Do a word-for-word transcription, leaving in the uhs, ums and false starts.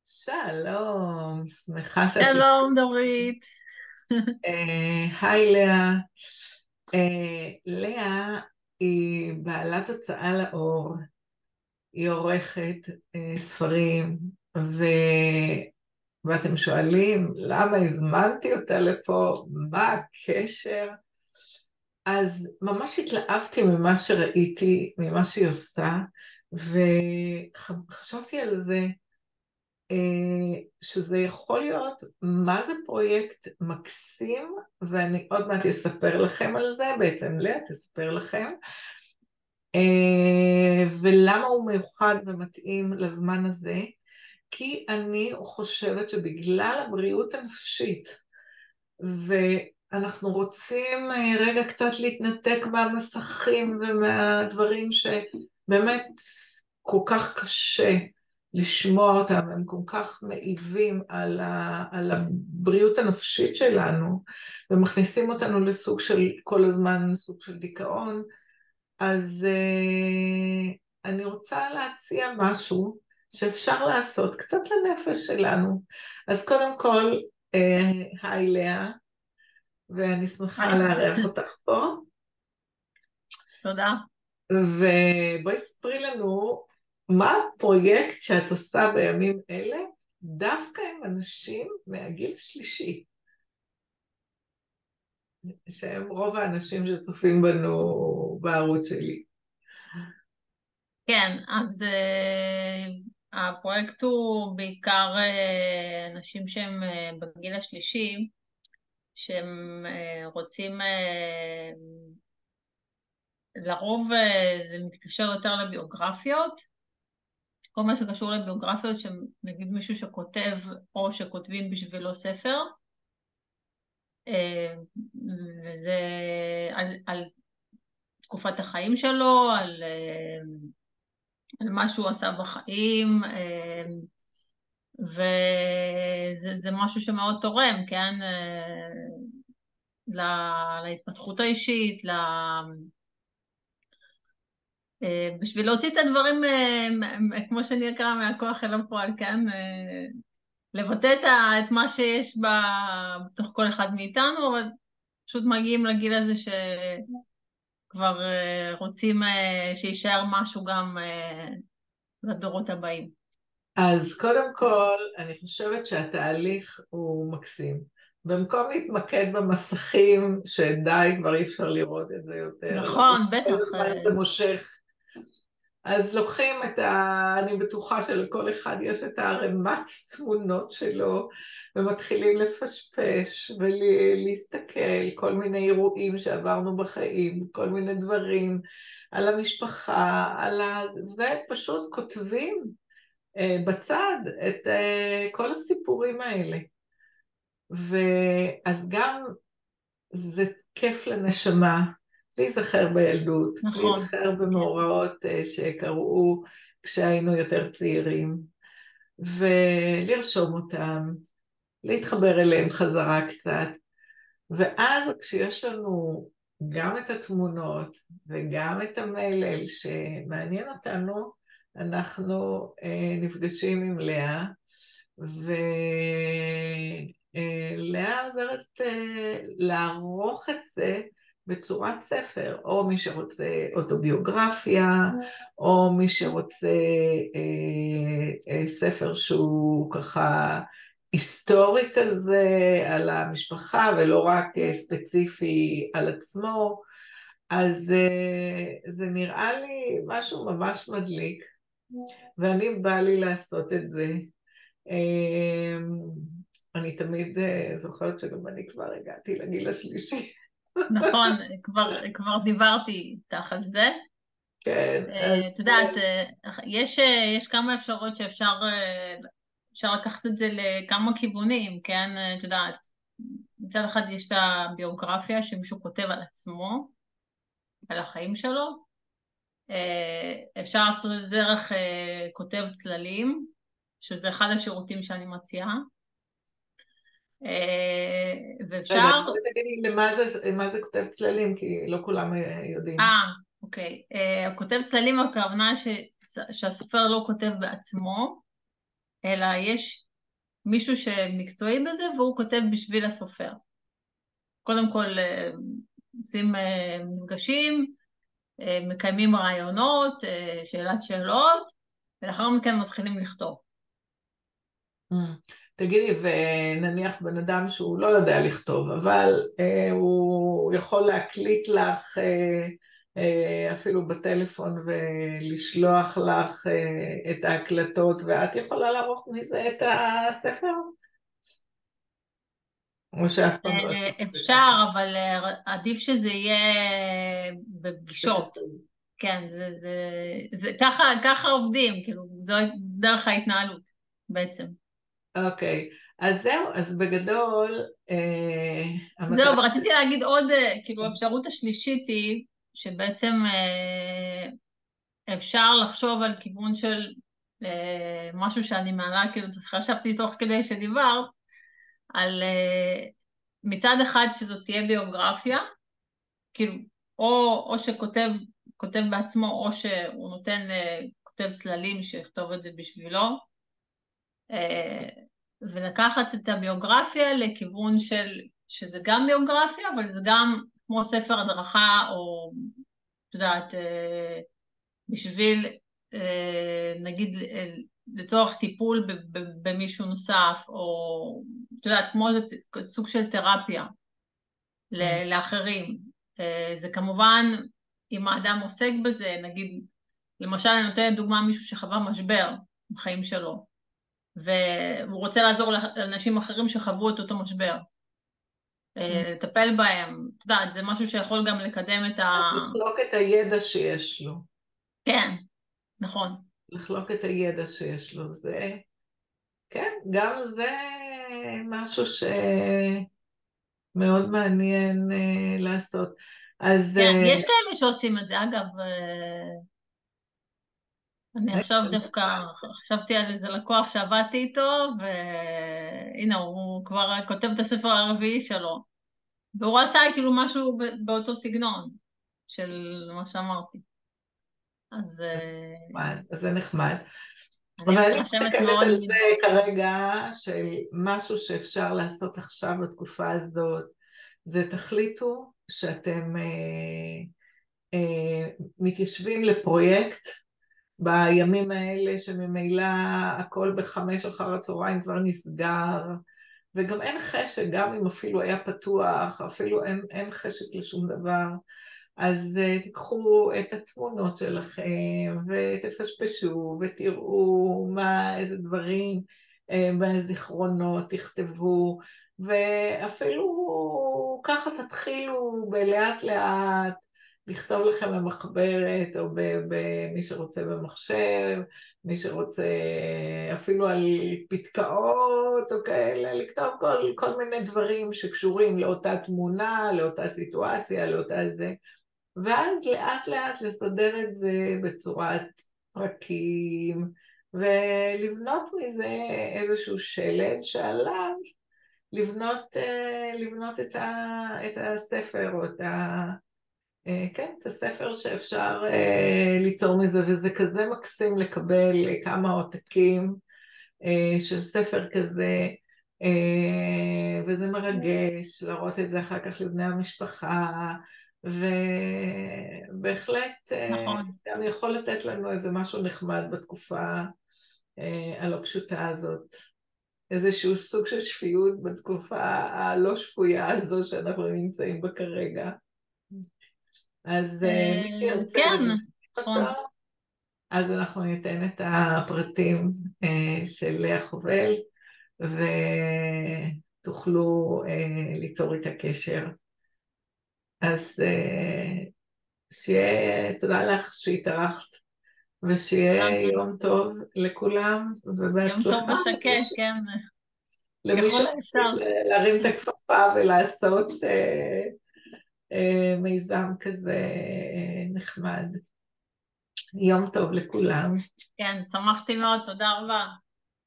שלום, שמחה שאת... שלום דורית. אה, היי לאה. אה, לאה היא בעלת הוצאה לאור, היא עורכת אה, ספרים, ו... ואתם שואלים למה הזמנתי אותה לפה, מה הקשר? אז ממש התלהבתי ממה שראיתי, ממה שהיא עושה, וחשבתי על זה, אה, שזה יכול להיות, מה זה פרויקט מקסים, ואני עוד מעט אספר לכם על זה, בעצם לאה תספר לכם, אה, ולמה הוא מיוחד ומתאים לזמן הזה, כי אני חושבת שבגלל הבריאות הנפשית, ואנחנו רוצים אה, רגע קצת להתנתק מהמסכים ומהדברים שבאמת כל כך קשה לשמוע אותם, הם כל כך מעיבים על, ה, על הבריאות הנפשית שלנו, ומכניסים אותנו לסוג של, כל הזמן סוג של דיכאון, אז אה, אני רוצה להציע משהו שאפשר לעשות קצת לנפש שלנו. אז קודם כל, אה, היי לאה, ואני שמחה היי, לארח אותך פה, תודה. ובואי ספרי לנו מה הפרויקט שאת עושה בימים אלה, דווקא עם אנשים מהגיל השלישי, שהם רוב האנשים שצופים בנו בערוץ שלי. כן, אז uh, הפרויקט הוא בעיקר uh, אנשים שהם uh, בגיל השלישי, שהם uh, רוצים, uh, לרוב uh, זה מתקשר יותר לביוגרפיות, כל מה שקשור לביוגרפיות, שנגיד מישהו שכותב או שכותבים בשבילו ספר, uh, וזה על, על תקופת החיים שלו, על... Uh, על מה שהוא עשה בחיים, וזה זה משהו שמאוד תורם, כן, לה, להתפתחות האישית, לה, בשביל להוציא את הדברים, כמו שאני אקרא, מהכוח אל הפועל, כן, לבטא את, ה, את מה שיש ב, בתוך כל אחד מאיתנו, אבל פשוט מגיעים לגיל הזה שכבר רוצים שישאר משהו גם לדורות הבאים. אז קודם כל, אני חושבת שהתהליך הוא מקסים. במקום להתמקד במסכים, שדי, כבר אי אפשר לראות את זה יותר, נכון, לראות איזה בטח. זמן זה מושך. אז לוקחים את ה... אני בטוחה שלכל אחד יש את הערימת תמונות שלו, ומתחילים לפשפש ולהסתכל, כל מיני אירועים שעברנו בחיים, כל מיני דברים, על המשפחה, על ה... ופשוט כותבים אה, בצד את אה, כל הסיפורים האלה. ואז גם זה כיף לנשמה, להיזכר בילדות, נכון, להיזכר כן. במאורעות אה, שקרו כשהיינו יותר צעירים, ולרשום אותם, להתחבר אליהם חזרה קצת, ואז כשיש לנו גם את התמונות וגם את המלל שמעניין אותנו, אנחנו אה, נפגשים עם לאה, ולאה עוזרת אה, לערוך את זה בצורת ספר, או מי שרוצה אוטוביוגרפיה, או מי שרוצה אה, אה, ספר שהוא ככה היסטורי כזה על המשפחה, ולא רק אה, ספציפי על עצמו, אז אה, זה נראה לי משהו ממש מדליק, ואני בא לי לעשות את זה. אמ, אני תמיד אה, זוכרת שגם אני כבר הגעתי לגיל השלישי. נכון, כבר, כבר דיברתי איתך על זה. כן, אז אה, את יודעת, אה, יש, אה, יש כמה אפשרויות שאפשר אה, אפשר לקחת את זה לכמה כיוונים, כן? אה, את יודעת, מצד אחד יש את הביוגרפיה שמישהו כותב על עצמו, על החיים שלו. אה, אפשר לעשות את זה דרך אה, כותב צללים, שזה אחד השירותים שאני מציעה. אה, רגע, אז ואפשר... בואי תגידי למה זה, מה זה כותב צללים, כי לא כולם אה, יודעים. אה, אוקיי. Uh, הכותב צללים, הכוונה ש... שהסופר לא כותב בעצמו, אלא יש מישהו שמקצועי בזה והוא כותב בשביל הסופר. קודם כל אה, עושים אה, מפגשים, אה, מקיימים רעיונות, אה, שאלת שאלות, ולאחר מכן מתחילים לכתוב. Mm. תגידי, ונניח בן אדם שהוא לא יודע לכתוב, אבל אה, הוא יכול להקליט לך אה, אה, אפילו בטלפון ולשלוח לך אה, את ההקלטות, ואת יכולה לערוך מזה את הספר? או שאף פעם לא אה, עשית את זה אפשר, ככה? אבל אה, עדיף שזה יהיה בפגישות. בכתוב. כן, זה, זה, זה, ככה, ככה עובדים, כאילו, זו דרך ההתנהלות בעצם. אוקיי, אז זהו, אז בגדול, אה, המטרה... זהו, ורציתי להגיד עוד, אה, כאילו, האפשרות השלישית היא שבעצם אה, אפשר לחשוב על כיוון של אה, משהו שאני מעלה, כאילו, חשבתי תוך כדי שדיברת, על אה, מצד אחד שזאת תהיה ביוגרפיה, כאילו, או, או שכותב כותב בעצמו, או שהוא נותן, אה, כותב צללים שיכתוב את זה בשבילו, אה, ולקחת את הביוגרפיה לכיוון של, שזה גם ביוגרפיה, אבל זה גם כמו ספר הדרכה, או, את יודעת, אה, בשביל, אה, נגיד, אה, לצורך טיפול ב- ב- במישהו נוסף, או, את יודעת, כמו זה סוג של תרפיה Mm. ל- לאחרים. אה, זה כמובן, אם האדם עוסק בזה, נגיד, למשל, אני נותנת דוגמה מישהו שחווה משבר בחיים שלו, והוא רוצה לעזור לאנשים אחרים שחוו את אותו משבר, Mm. אה, לטפל בהם, את יודעת, זה משהו שיכול גם לקדם את ה... אז לחלוק את הידע שיש לו. כן, נכון. לחלוק את הידע שיש לו, זה... כן, גם זה משהו שמאוד מעניין uh, לעשות. אז כן, יש uh, כאלה שעושים את זה. אגב, אה, אני עכשיו דווקא חשבתי על איזה לקוח שעבדתי איתו, והנה, הוא כבר כותב את הספר הרביעי שלו. והוא עשה כאילו משהו באותו סגנון של מה שאמרתי. אז אה, נחמד, אז זה נחמד. אני אבל אני מתרשמת מסתכלת מאוד על זה מזה. כרגע, של משהו שאפשר לעשות עכשיו בתקופה הזאת, זה תחליטו שאתם אה, אה, מתיישבים לפרויקט בימים האלה שממילא הכל בחמש אחר הצהריים כבר נסגר, וגם אין חשק, גם אם אפילו היה פתוח, אפילו אין, אין חשק לשום דבר. אז uh, תיקחו את התמונות שלכם ותפשפשו ותראו מה, איזה דברים, uh, בזיכרונות תכתבו, ואפילו ככה תתחילו בלאט לאט לכתוב לכם במחברת או במי שרוצה במחשב, מי שרוצה אפילו על פתקאות או כאלה, לכתוב כל, כל מיני דברים שקשורים לאותה תמונה, לאותה סיטואציה, לאותה זה. ואז לאט לאט לסדר את זה בצורת פרקים, ולבנות מזה איזשהו שלד שעליו לבנות, לבנות את, ה, את הספר, או את, ה, כן, את הספר שאפשר ליצור מזה, וזה כזה מקסים לקבל כמה עותקים של ספר כזה, וזה מרגש להראות את זה אחר כך לבני המשפחה, ובהחלט נכון, גם יכול לתת לנו איזה משהו נחמד בתקופה הלא פשוטה הזאת. איזשהו סוג של שפיות בתקופה הלא שפויה הזו שאנחנו נמצאים בה כרגע. אז מי אה, שירצה כן, להזמין אותו, נכון. אז אנחנו ניתן את הפרטים של לאה חובל, ותוכלו ליצור איתה קשר. אז שיהיה, תודה לך שהתארחת, ושיהיה יום טוב לכולם, יום טוב ובהצלחה ושקט, כן, למי ככל שרוצה האפשר. להרים את הכפפה ולעשות אה, אה, מיזם כזה אה, נחמד. יום טוב לכולם. כן, שמחתי מאוד, תודה רבה.